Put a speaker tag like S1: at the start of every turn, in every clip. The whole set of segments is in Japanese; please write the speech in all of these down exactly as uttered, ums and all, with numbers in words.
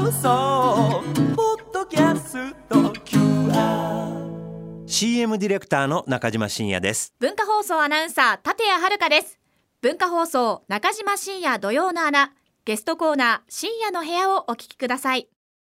S1: 放送ポッドキャスト キューアール シーエム ディレクターの中島真也です。
S2: 文化放送アナウンサー立谷遥です。文化放送中島真也土曜の穴、ゲストコーナー深夜の部屋をお聞きください。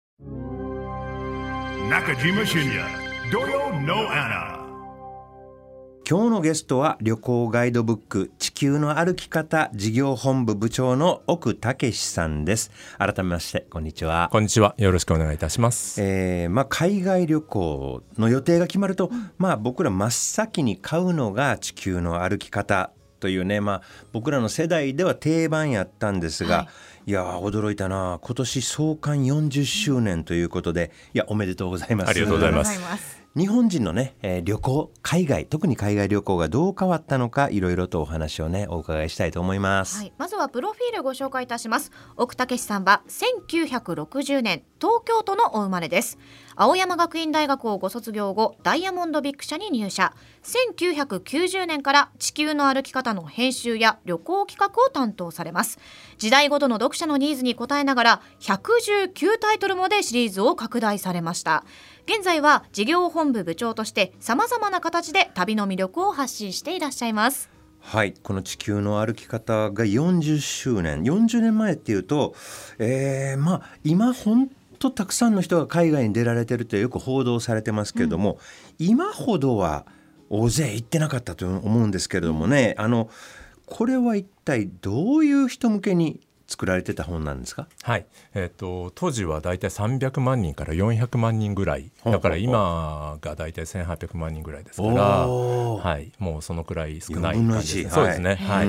S3: 中島真也土曜の穴。
S1: 今日のゲストは旅行ガイドブック地球の歩き方事業本部部長の奥武さんです。改めましてこんにちは。
S4: こんにちは、よろしくお願いいたします。
S1: えーまあ、海外旅行の予定が決まると、まあ、僕ら真っ先に買うのが地球の歩き方というね、まあ、僕らの世代では定番やったんですが、はい、いや驚いたな。今年創刊よんじゅっしゅうねんということで、いやおめでとうございます。
S4: ありがとうございます。
S1: 日本人のね、えー、旅行海外特に海外旅行がどう変わったのか、いろいろとお話をねお伺いしたいと思います。
S2: はい、まずはプロフィールご紹介いたします。奥武さんはせんきゅうひゃくろくじゅうねん東京都のお生まれです。青山学院大学をご卒業後ダイヤモンドビッグ社に入社。せんきゅうひゃくきゅうじゅうねんから地球の歩き方の編集や旅行企画を担当されます。時代ごとの読者のニーズに応えながらひゃくじゅうきゅうタイトルまでシリーズを拡大されました。現在は事業本部部長としてさまざまな形で旅の魅力を発信していらっしゃいます。
S1: はい、この地球の歩き方がよんじゅっしゅうねん、よんじゅうねんまえっていうと、えー、まあ今本当たくさんの人が海外に出られてるとよく報道されてますけれども、うん、今ほどは大勢行ってなかったと思うんですけれどもね、あのこれは一体どういう人向けに作られてた本なんですか？
S4: はい、えー、と当時はだいたいさんびゃくまんにんからよんひゃくまんにんぐらいだから今がだいたいせんはっぴゃくまんにんぐらいですから、はい、もうそのくらい少ない感じです。そうですね、はい、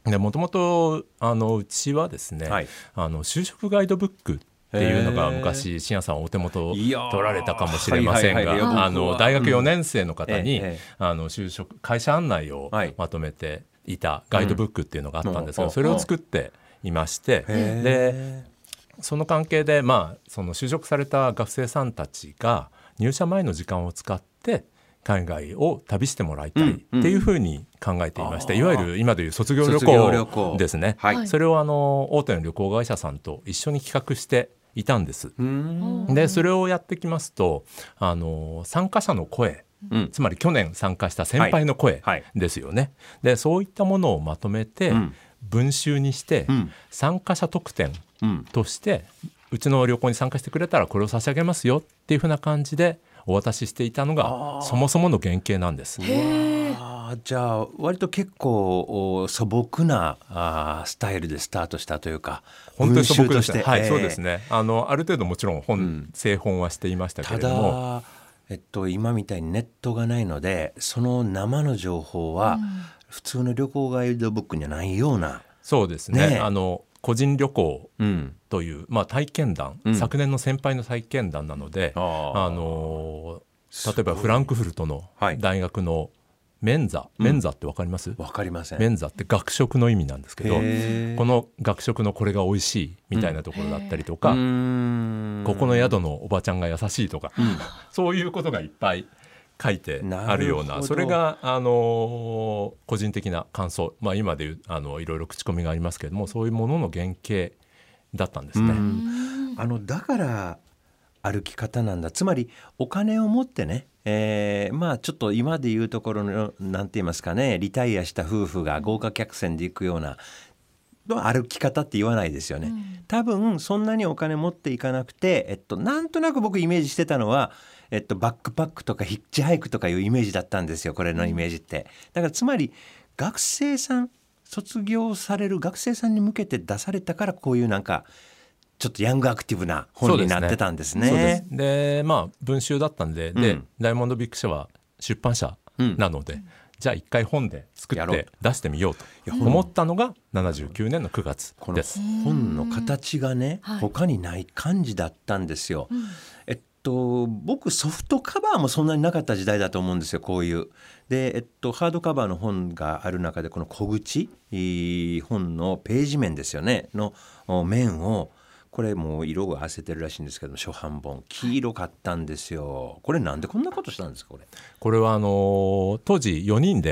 S4: でもともとあのうちはですね、はい、あの就職ガイドブックっていうのが昔信也さんお手元取られたかもしれませんが、あの大学よねん生の方に、うん、あの就職会社案内をまとめていたガイドブックっていうのがあったんですが、うん、それを作っていまして、でその関係で、まあ、その就職された学生さんたちが入社前の時間を使って海外を旅してもらいたいっていうふうに考えていまして、うんうん、いわゆる今でいう卒業旅行ですね、はい、それをあの大手の旅行会社さんと一緒に企画していたんです。でそれをやってきますと、あの参加者の声、うん、つまり去年参加した先輩の声ですよね、はいはい、でそういったものをまとめて、うん文集にして、うん、参加者特典として、うん、うちの旅行に参加してくれたらこれを差し上げますよっていう風な感じでお渡ししていたのがそもそもの原型なんです。
S1: へー、じゃあ割と結構素朴なあスタイルでスタートしたというか、
S4: 本当に素朴でしたね、はい、えー、そうですね。 あのある程度もちろん本、うん、製本はしていましたけれども、
S1: ただ、えっと、今みたいにネットがないのでその生の情報は、うん普通の旅行ガイドブックにはないような。
S4: そうです ね, ねあの個人旅行という、うんまあ、体験談、うん、昨年の先輩の体験談なので、あの例えばフランクフルトの大学のメンザ、はい、メンザって分かります？
S1: 分かりません。
S4: メンザって学食の意味なんですけど、この学食のこれが美味しいみたいなところだったりとか、うん、ここの宿のおばちゃんが優しいとか、うん、そういうことがいっぱい書いてあるよう な, なそれが、あのー、個人的な感想、まあ、今でいうあのいろいろ口コミがありますけれども、そういうものの原型だったんですね。
S1: あのだから歩き方なんだ。つまりお金を持ってね、えー、まあちょっと今でいうところのなんて言いますかね、リタイアした夫婦が豪華客船で行くような歩き方って言わないですよね、うん、多分そんなにお金持っていかなくて、えっと、なんとなく僕イメージしてたのは、えっと、バックパックとかヒッチハイクとかいうイメージだったんですよ、これのイメージって。だからつまり学生さん、卒業される学生さんに向けて出されたから、こういうなんかちょっとヤングアクティブな本になってたんですね。
S4: そうですね。で、まあ文集だったんで、うん、でダイヤモンドビッグ社は出版社なので、うん、じゃあ一回本で作って出してみようと思ったのがななじゅうきゅうねんのくがつです。
S1: この本の形がね、他にない感じだったんですよ、うん、えっと僕ソフトカバーもそんなになかった時代だと思うんですよ、こういうで、えっと、ハードカバーの本がある中で、この小口本のページ面ですよねの面を、これもう色を合わせてるらしいんですけども、初版本黄色かったんですよ。これなんでこんなことしたんですか？これ
S4: これはあの当時よにんで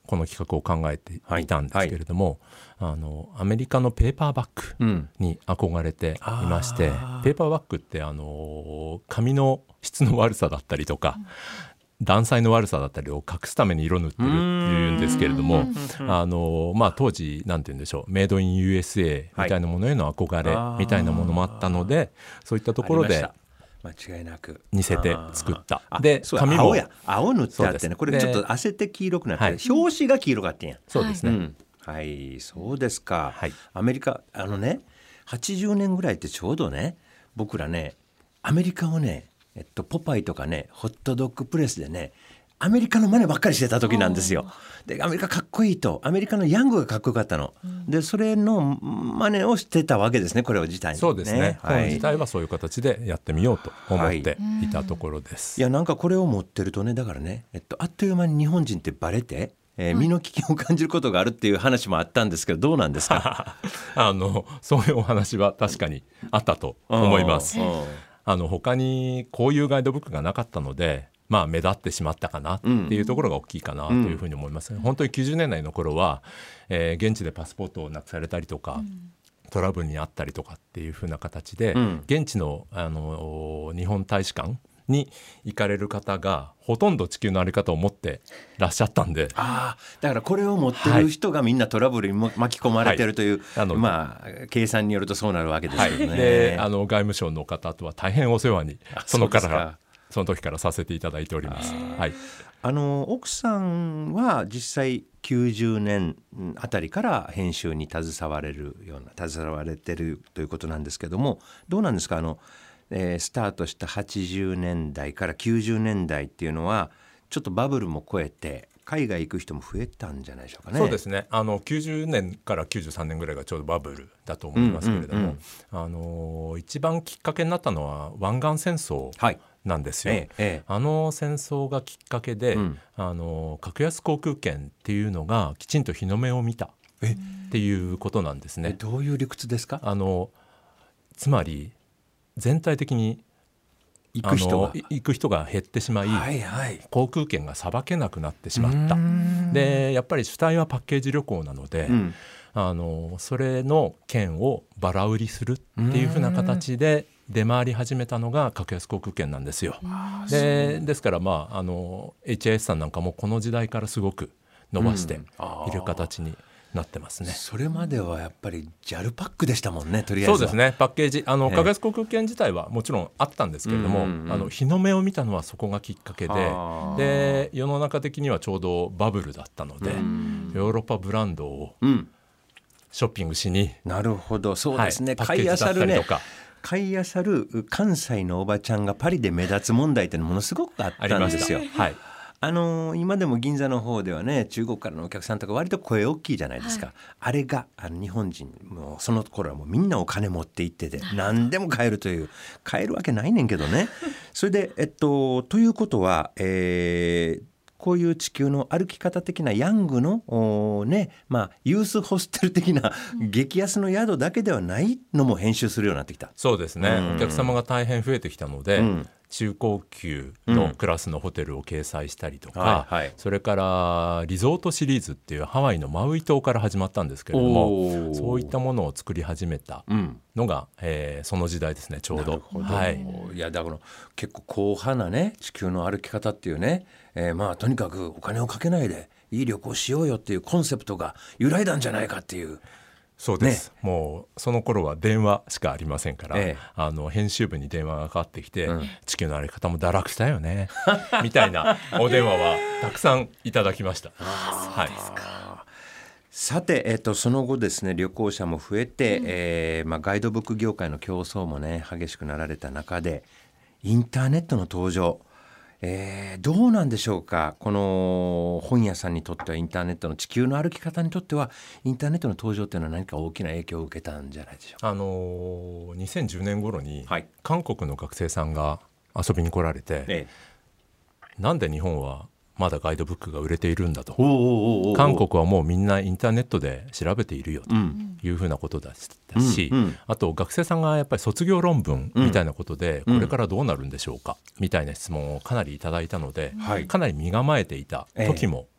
S4: この企画を考えていたんですけれども、はいはい、あのアメリカのペーパーバッグに憧れていまして、うん、ペーパーバッグってあの紙の質の悪さだったりとか、うん断裁の悪さだったりを隠すために色塗ってるっていうんですけれども、あの、まあ、当時なんて言うんでしょうメイドイン ユーエスエー みたいなものへの憧れみたいなものもあったので、はい、そういったところで
S1: 間違いなく
S4: 似せて作った
S1: で紙も青や青塗ってあってねこれちょっと汗て黄色くなって、はい、表紙が黄色かってんや
S4: そうですね、
S1: うんはい、そうですか、はい、アメリカあのねはちじゅうねんぐらいってちょうどね僕らねアメリカをねえっと、ポパイとかねホットドッグプレスでねアメリカの真似ばっかりしてた時なんですよ。でアメリカかっこいいとアメリカのヤングがかっこよかったの、うん、でそれの真似をしてたわけですねこれを自体に、ね、
S4: そうですね、はい、自体はそういう形でやってみようと思っていたところです、
S1: はい、いやなんかこれを持ってるとねだからね、えっと、あっという間に日本人ってバレてえー、身の危険を感じることがあるっていう話もあったんですけどどうなんですか
S4: あのそういうお話は確かにあったと思います。あの他にこういうガイドブックがなかったので、まあ、目立ってしまったかなっていうところが大きいかなというふうに思います、うん、本当にきゅうじゅうねんだいの頃は、えー、現地でパスポートをなくされたりとか、うん、トラブルにあったりとかっていうふうな形で、うん、現地 の, あの日本大使館に行かれる方がほとんど地球の在り方を持ってらっしゃったんで
S1: あだからこれを持ってる人がみんなトラブルに巻き込まれてるという、はい、まあ、計算によるとそうなるわけですよね、
S4: はい、であの外務省の方とは大変お世話にそのからその時からさせていただいております。はい、
S1: あの奥さんは実際きゅうじゅうねんあたりから編集に携われるような携われてるということなんですけどもどうなんですかあのえー、スタートしたはちじゅうねんだいからきゅうじゅうねんだいっていうのはちょっとバブルも超えて海外行く人も増えたんじゃないでしょうかね。
S4: そうですねあのきゅうじゅうねんからきゅうじゅうさんねんぐらいがちょうどバブルだと思いますけれども、うんうんうん、あの一番きっかけになったのは湾岸戦争なんですよ、はいええ、あの戦争がきっかけで、うん、あの格安航空券っていうのがきちんと日の目を見たっていうことなんですね。
S1: えどういう理屈ですか？
S4: あのつまり全体的に行く人が行く人が減ってしまい、はいはい、航空券がさばけなくなってしまった。でやっぱり主体はパッケージ旅行なので、うん、あのそれの券をバラ売りするっていうふうな形で出回り始めたのが格安航空券なんですよ。でですから、まあ、あの エイチアイエス さんなんかもこの時代からすごく伸ばしている形になってますね。
S1: それまではやっぱり ジャル パックでしたもんね。とりあえずは
S4: そうですねパッケージあの格安航空券自体はもちろんあったんですけれども、うんうんうん、あの日の目を見たのはそこがきっかけで、で世の中的にはちょうどバブルだったので、うん、ヨーロッパブランドをショッピングしに、
S1: うん、なるほどそうですね、はい、買いあさるね買いあさる関西のおばちゃんがパリで目立つ問題っていうのものすごくあったんですよ。はいあのー、今でも銀座の方ではね中国からのお客さんとか割と声大きいじゃないですか、はい、あれがあの日本人もうその頃はもうみんなお金持って行ってて何でも買えるという買えるわけないねんけどねそれでえっとということは、えー、こういう地球の歩き方的なヤングの、ねまあ、ユースホステル的な激安の宿だけではないのも編集するようになってきた。
S4: そうですね、うん、お客様が大変増えてきたので、うん中高級のクラスのホテルを掲載したりとか、うんはいはい、それからリゾートシリーズっていうハワイのマウイ島から始まったんですけれどもそういったものを作り始めたのが、うんえー、その時代ですねちょうど。はい、
S1: いやだから結構硬派なね地球の歩き方っていうね、えー、まあとにかくお金をかけないでいい旅行しようよっていうコンセプトが揺らいだんじゃないかっていう
S4: そうです、ね、もうその頃は電話しかありませんから、ええ、あの編集部に電話がかかってきて、うん、地球の歩き方も堕落したよねみたいなお電話はたくさんいただきました。はい、
S1: さて、えっと、その後ですね旅行者も増えて、うんえーまあ、ガイドブック業界の競争もね激しくなられた中でインターネットの登場えー、どうなんでしょうか。この本屋さんにとってはインターネットの地球の歩き方にとってはインターネットの登場というのは何か大きな影響を受けたんじゃないでしょうか。
S4: あのー、にせんじゅうねん頃に、はい、韓国の学生さんが遊びに来られて、ええ、なんで日本はまだガイドブックが売れているんだと、おうおうおうおう韓国はもうみんなインターネットで調べているよというふうなことだったし、うんうん、あと学生さんがやっぱり卒業論文みたいなことで、うん、これからどうなるんでしょうかみたいな質問をかなりいただいたので、うん、かなり身構えていた時も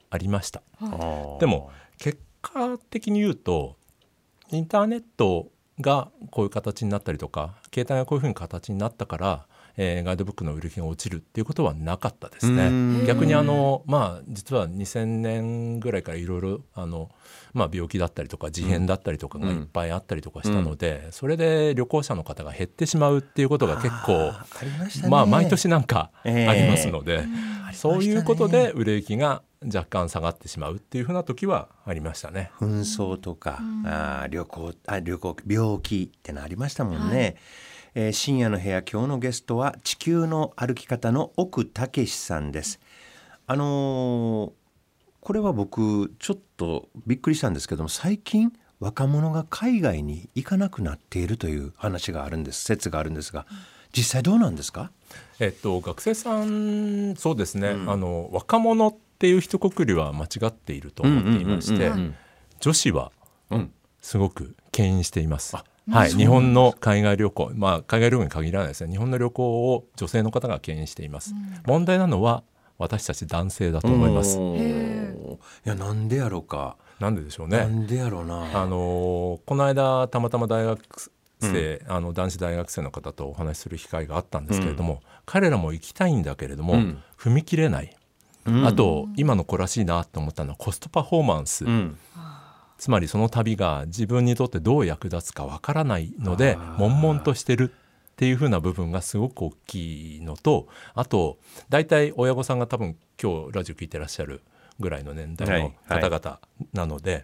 S4: ありました。でも結果的に言うとインターネットがこういう形になったりとか携帯がこういうふうに形になったから、えー、ガイドブックの売り上げが落ちるっていうことはなかったですね。逆にあの、まあ、実はにせんねんぐらいからいろいろあの、まあ、病気だったりとか自変だったりとかがいっぱいあったりとかしたので、うん、それで旅行者の方が減ってしまうっていうことが結構あありましたね。まあ、毎年なんかありますので、えー、そういうことで売れ行きが若干下がってしまうっていうふうな時はありましたね。
S1: 紛争とか、うん、あ旅行あ旅行病気ってのありましたもんね、はい。えー、深夜の部屋、今日のゲストは地球の歩き方の奥武さんです。あのー、これは僕ちょっとびっくりしたんですけども、最近若者が海外に行かなくなっているという話があるんです説があるんですが、実際どうなんですか？
S4: えっと、学生さんそうですね、うん、あの若者っていう一括りは間違っていると思っていまして、女子はすごく牽引しています。はい、日本の海外旅行、まあ、海外旅行に限らないですね。日本の旅行を女性の方が牽引しています、うん、問題なのは私たち男性だと思います。
S1: いや、なんでやろうか。
S4: なんででしょうね。
S1: なんでやろうな。
S4: あのこの間たまたま大学生、うん、あの男子大学生の方とお話しする機会があったんですけれども、うん、彼らも行きたいんだけれども、うん、踏み切れない、うん、あと今の子らしいなと思ったのはコストパフォーマンス、うん、つまりその旅が自分にとってどう役立つかわからないので悶々としてるっていう風な部分がすごく大きいのと、あと大体親御さんが多分今日ラジオ聞いてらっしゃるぐらいの年代の方々なので、はいはい、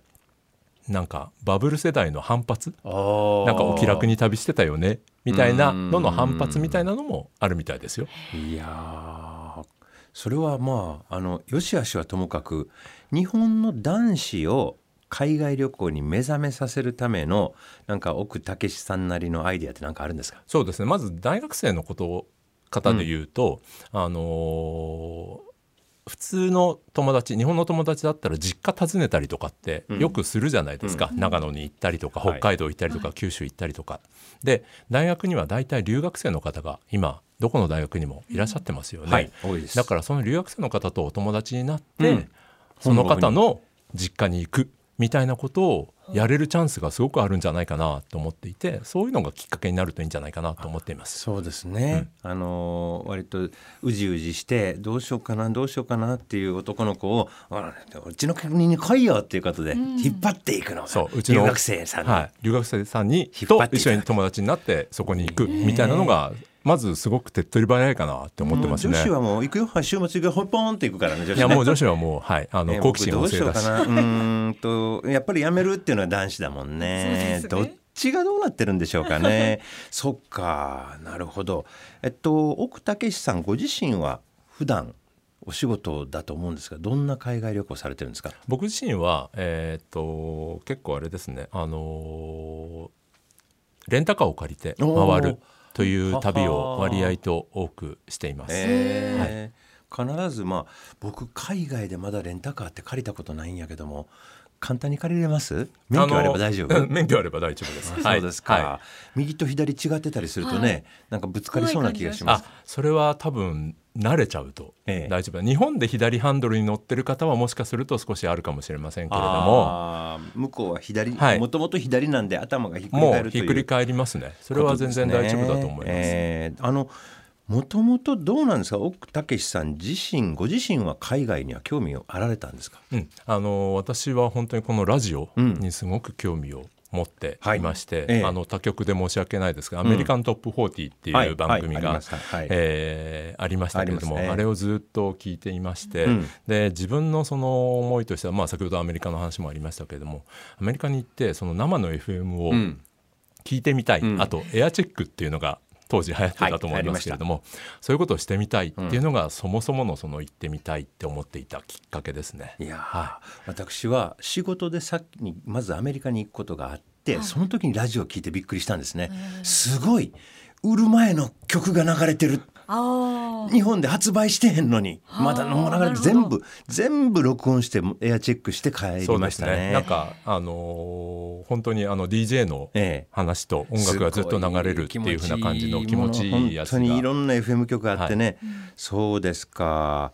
S4: なんかバブル世代の反発、なんかお気楽に旅してたよねみたいなのの反発みたいなのもあるみたいですよ。
S1: いやそれはまあ、あのよしあしはともかく日本の男子を海外旅行に目覚めさせるためのなんか奥武さんなりのアイデアって何かあるんですか？
S4: そうですね、まず大学生のこと方で言うと、うん、あのー、普通の友達、日本の友達だったら実家訪ねたりとかってよくするじゃないですか、うん、長野に行ったりとか北海道行ったりとか、はい、九州行ったりとかで、大学には大体留学生の方が今どこの大学にもいらっしゃってますよね、うんはい、多いです。だからその留学生の方とお友達になって、うん、その方の実家に行くみたいなことをやれるチャンスがすごくあるんじゃないかなと思っていて、そういうのがきっかけになるといいんじゃないかなと思っています。
S1: そうですね、うん、あの割とうじうじしてどうしようかなどうしようかなっていう男の子をうちの国に来いよっていうことで引っ張っていくのが、うん、そううちの留学生さんに、はい、
S4: 留学生さんにと一緒に友達になってそこに行くみたいなのがまずすごく手っ取り早いかなって思ってますね。
S1: 女子はもう行くよ、週末がほポンって行くからね。女子ね、
S4: いやもう女子はもう、はい、あの好奇心旺盛だし、
S1: うーんとやっぱりやめるっていうのは男子だもん ね, ねどっちがどうなってるんでしょうかねそっか、なるほど。えっと奥武さんご自身は普段お仕事だと思うんですが、どんな海外旅行されてるんですか？
S4: 僕自身は、えー、っと結構あれですね、あのー、レンタカーを借りて回るという旅を割合と多くしています。え
S1: ーはい、必ずまあ僕海外でまだレンタカーって借りたことないんやけども、簡単に借りれます？免許あれば大丈夫？
S4: 免許あれば大丈夫です。
S1: そうですか、はい、右と左違ってたりするとね、はい、なんかぶつかりそうな気がします。
S4: あ、それは多分慣れちゃうと大丈夫、ええ、日本で左ハンドルに乗ってる方はもしかすると少しあるかもしれませんけれども、
S1: あ向こうは左、もともと左なんで頭がひっくり返るという、もう
S4: ひっくり返りますね。それは全然大丈夫だと思います。
S1: えー、あのもともとどうなんですか、奥武さん自身ご自身は海外には興味をあられたんですか？
S4: うん、あの私は本当にこのラジオにすごく興味を持っていまして、うんはいええ、あの他局で申し訳ないですが、うん、アメリカントップフォーティーっていう番組がありましたけれども、 あ, あれをずっと聞いていまして、うん、で自分のその思いとしては、まあ、先ほどアメリカの話もありましたけれども、アメリカに行ってその生の エフエム を聞いてみたい、うん、あとエアチェックっていうのが当時流行ってたと思いますけれども、はい、そういうことをしてみたいっていうのが、うん、そもそものその行ってみたいって思っていたきっかけですね。
S1: いや、はい、私は仕事でさっきにまずアメリカに行くことがあって、はい、その時にラジオを聞いてびっくりしたんですね。すごい売る前の曲が流れてる、あ日本で発売してへんのにまだの流れて、全部全部録音してエアチェックして帰りましたね。そうですね、
S4: なんか、あのー、本当にあの ディージェー の話と音楽がずっと流れるっていう風な感じの気持ちいいやつが、
S1: 本当にいろんな エフエム 曲があってね、はい、そうですか。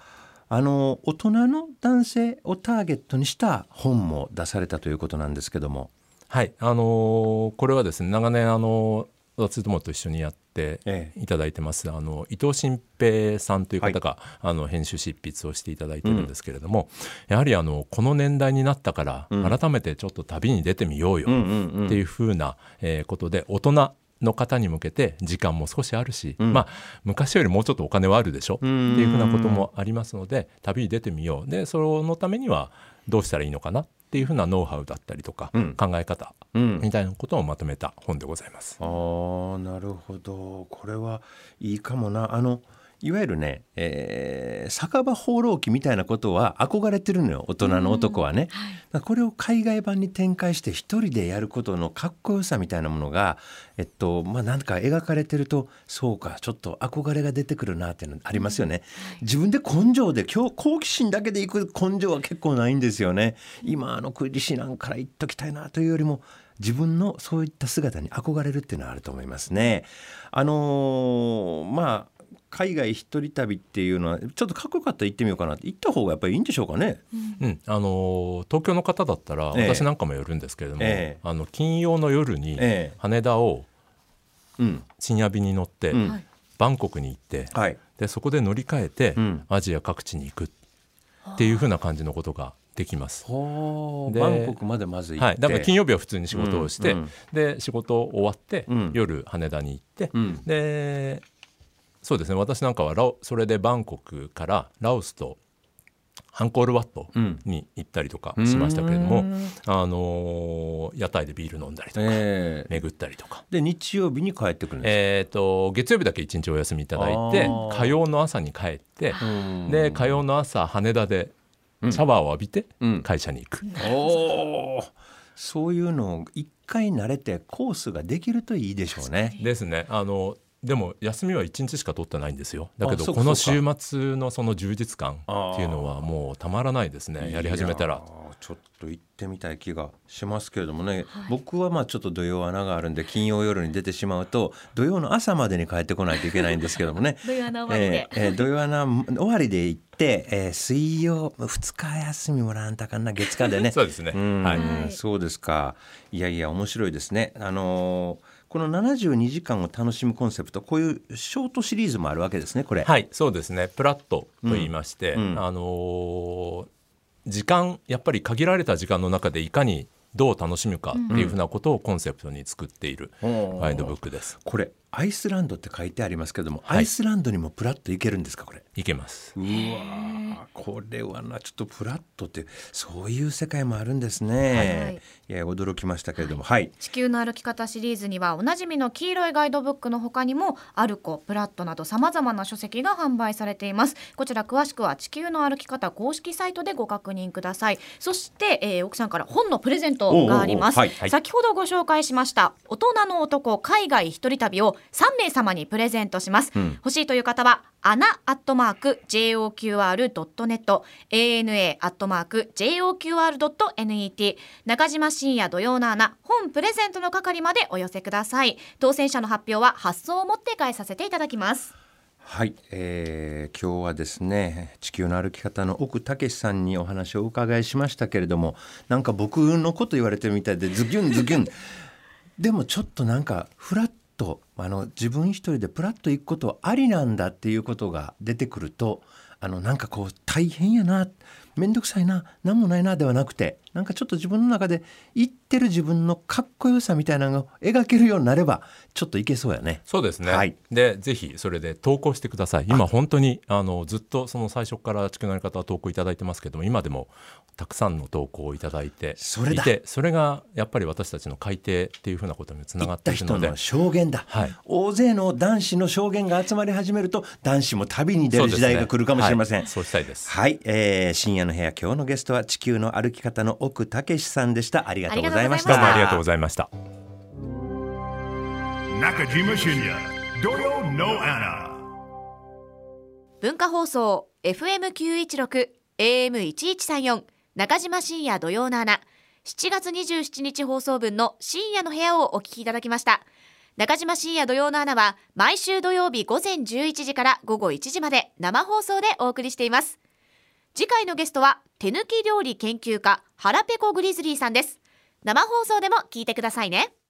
S1: あの大人の男性をターゲットにした本も出されたということなんですけども。
S4: はい、あのー、これはですね長年あの私どもと一緒にやっていただいてます、ええ、あの伊藤新平さんという方が、はい、あの編集執筆をしていただいてるんですけれども、うん、やはりあのこの年代になったから、うん、改めてちょっと旅に出てみようよっていうふうな、えー、ことで大人の方に向けて時間も少しあるし、うん、まあ昔よりもうちょっとお金はあるでしょっていうふうなこともありますので旅に出てみようでそのためにはどうしたらいいのかなっていうふうなノウハウだったりとか、うん、考え方みたいなことをまとめた本でございます、
S1: うん、ああなるほどこれはいいかもなあのいわゆるね、えー、酒場放浪記みたいなことは憧れてるのよ大人の男はね、はい、これを海外版に展開して一人でやることのかっこよさみたいなものがえっとまあなんか描かれてるとそうかちょっと憧れが出てくるなっていうのありますよね、はい、自分で根性で今日好奇心だけでいく根性は結構ないんですよね今あのクリシなんから言っときたいなというよりも自分のそういった姿に憧れるっていうのはあると思いますねあのー、まあ海外一人旅っていうのはちょっとかっこよかったら行ってみようかなって行った方がやっぱりいいんでしょうかね、
S4: うん、あの東京の方だったら私なんかもよるんですけれども、ええ、あの金曜の夜に羽田を深夜便に乗って、うん、バンコクに行って、はい、でそこで乗り換えて、うん、アジア各地に行くっていう風な感じのことができます。
S1: でバンコクまでまず行って、はい、
S4: だから金曜日は普通に仕事をして、うんうん、で仕事終わって、うん、夜羽田に行って、うん、でそうですね私なんかはラオそれでバンコクからラオスとアンコールワットに行ったりとかしましたけれども、うん、あのー、屋台でビール飲んだりとか、えー、巡ったりとか
S1: で日曜日に帰ってくるんですか、
S4: えー、と月曜日だけいちにちお休みいただいて火曜の朝に帰ってで火曜の朝羽田でシャワーを浴びて会社に行く、うんうん、
S1: おそういうのを一回慣れてコースができるといいでしょうね。
S4: ですねあのでも休みはいちにちしか取ってないんですよ。だけどこの週末のその充実感っていうのはもうたまらないですね。やり始めたら
S1: ちょっと行ってみたい気がしますけれどもね、はい、僕はまあちょっと土曜穴があるんで金曜夜に出てしまうと土曜の朝までに帰ってこないといけないんですけどもね
S2: 土曜穴終わりで、
S1: えーえー、土曜穴終わりで行って、えー、水曜ふつか休みもらわんたかんな月火でね
S4: そうですね、
S1: うんはい、そうですか。いやいや面白いですね。あのーこのななじゅうにじかんを楽しむコンセプトこういうショートシリーズもあるわけですねこれ。
S4: はいそうですねプラットと言いまして、うんうん、あのー、時間やっぱり限られた時間の中でいかにどう楽しむかっていうふうなことをコンセプトに作っているガイドブックです、
S1: これアイスランドって書いてありますけども、はい、アイスランドにもプラッと行けるんですかこれ。
S4: 行けます。
S1: うわこれはなちょっとプラットってそういう世界もあるんですね、はい、いや驚きましたけれども、はいはい、
S2: 地球の歩き方シリーズにはおなじみの黄色いガイドブックの他にもアルコプラットなどさまざまな書籍が販売されています。こちら詳しくは地球の歩き方公式サイトでご確認ください。そして、えー、奥さんから本のプレゼントがあります。おうおうおう、はい、先ほどご紹介しました大人の男海外一人旅をさんめいさまにプレゼントします、うん、欲しいという方はアナアットマーク ジェイオーキューアールドットネット エーエヌエー アットマーク ジェイオーキューアールドットネット 中島深夜土曜の穴本プレゼントの係までお寄せください。当選者の発表は発送をもって返させていただきます。
S1: はい、えー、今日はですね地球の歩き方の奥武さんにお話をお伺いしましたけれどもなんか僕のこと言われてるみたいでズキュンズキュンでもちょっとなんかフラッとあの自分一人でプラッと行くことありなんだっていうことが出てくるとあのなんかこう大変やなめんどくさいななんもないなではなくてなんかちょっと自分の中で言ってる自分のかっこよさみたいなのを描けるようになればちょっといけそうやね。
S4: そうですね、はい、でぜひそれで投稿してください。今本当にあのずっとその最初から地球のやり方は投稿いただいてますけども今でもたくさんの投稿をいただいて
S1: それだ
S4: いてそれがやっぱり私たちの改定っていうふうなことにつながっているので
S1: 行った人の証言だ、はい、大勢の男子の証言が集まり始めると男子も旅に出る時代が来るかもしれません。
S4: そうですね、はい、そうしたいです。
S1: はい、えー、深夜の部屋今日のゲストは地球の歩き方の奥武さんでした。ありがとうございました。
S4: どうもありがとうございました。
S3: 中島深夜土曜の穴
S2: 文化放送 エフエムきゅういちろく エーエムいちいちさんよん 中島深夜土曜の穴しちがつにじゅうしちにち放送分の深夜の部屋をお聞きいただきました。中島深夜土曜の穴は毎週土曜日午前じゅういちじから午後いちじまで生放送でお送りしています。 次回のゲストは手抜き料理研究家腹ペコグリズリーさんです。生放送でも聞いてくださいね。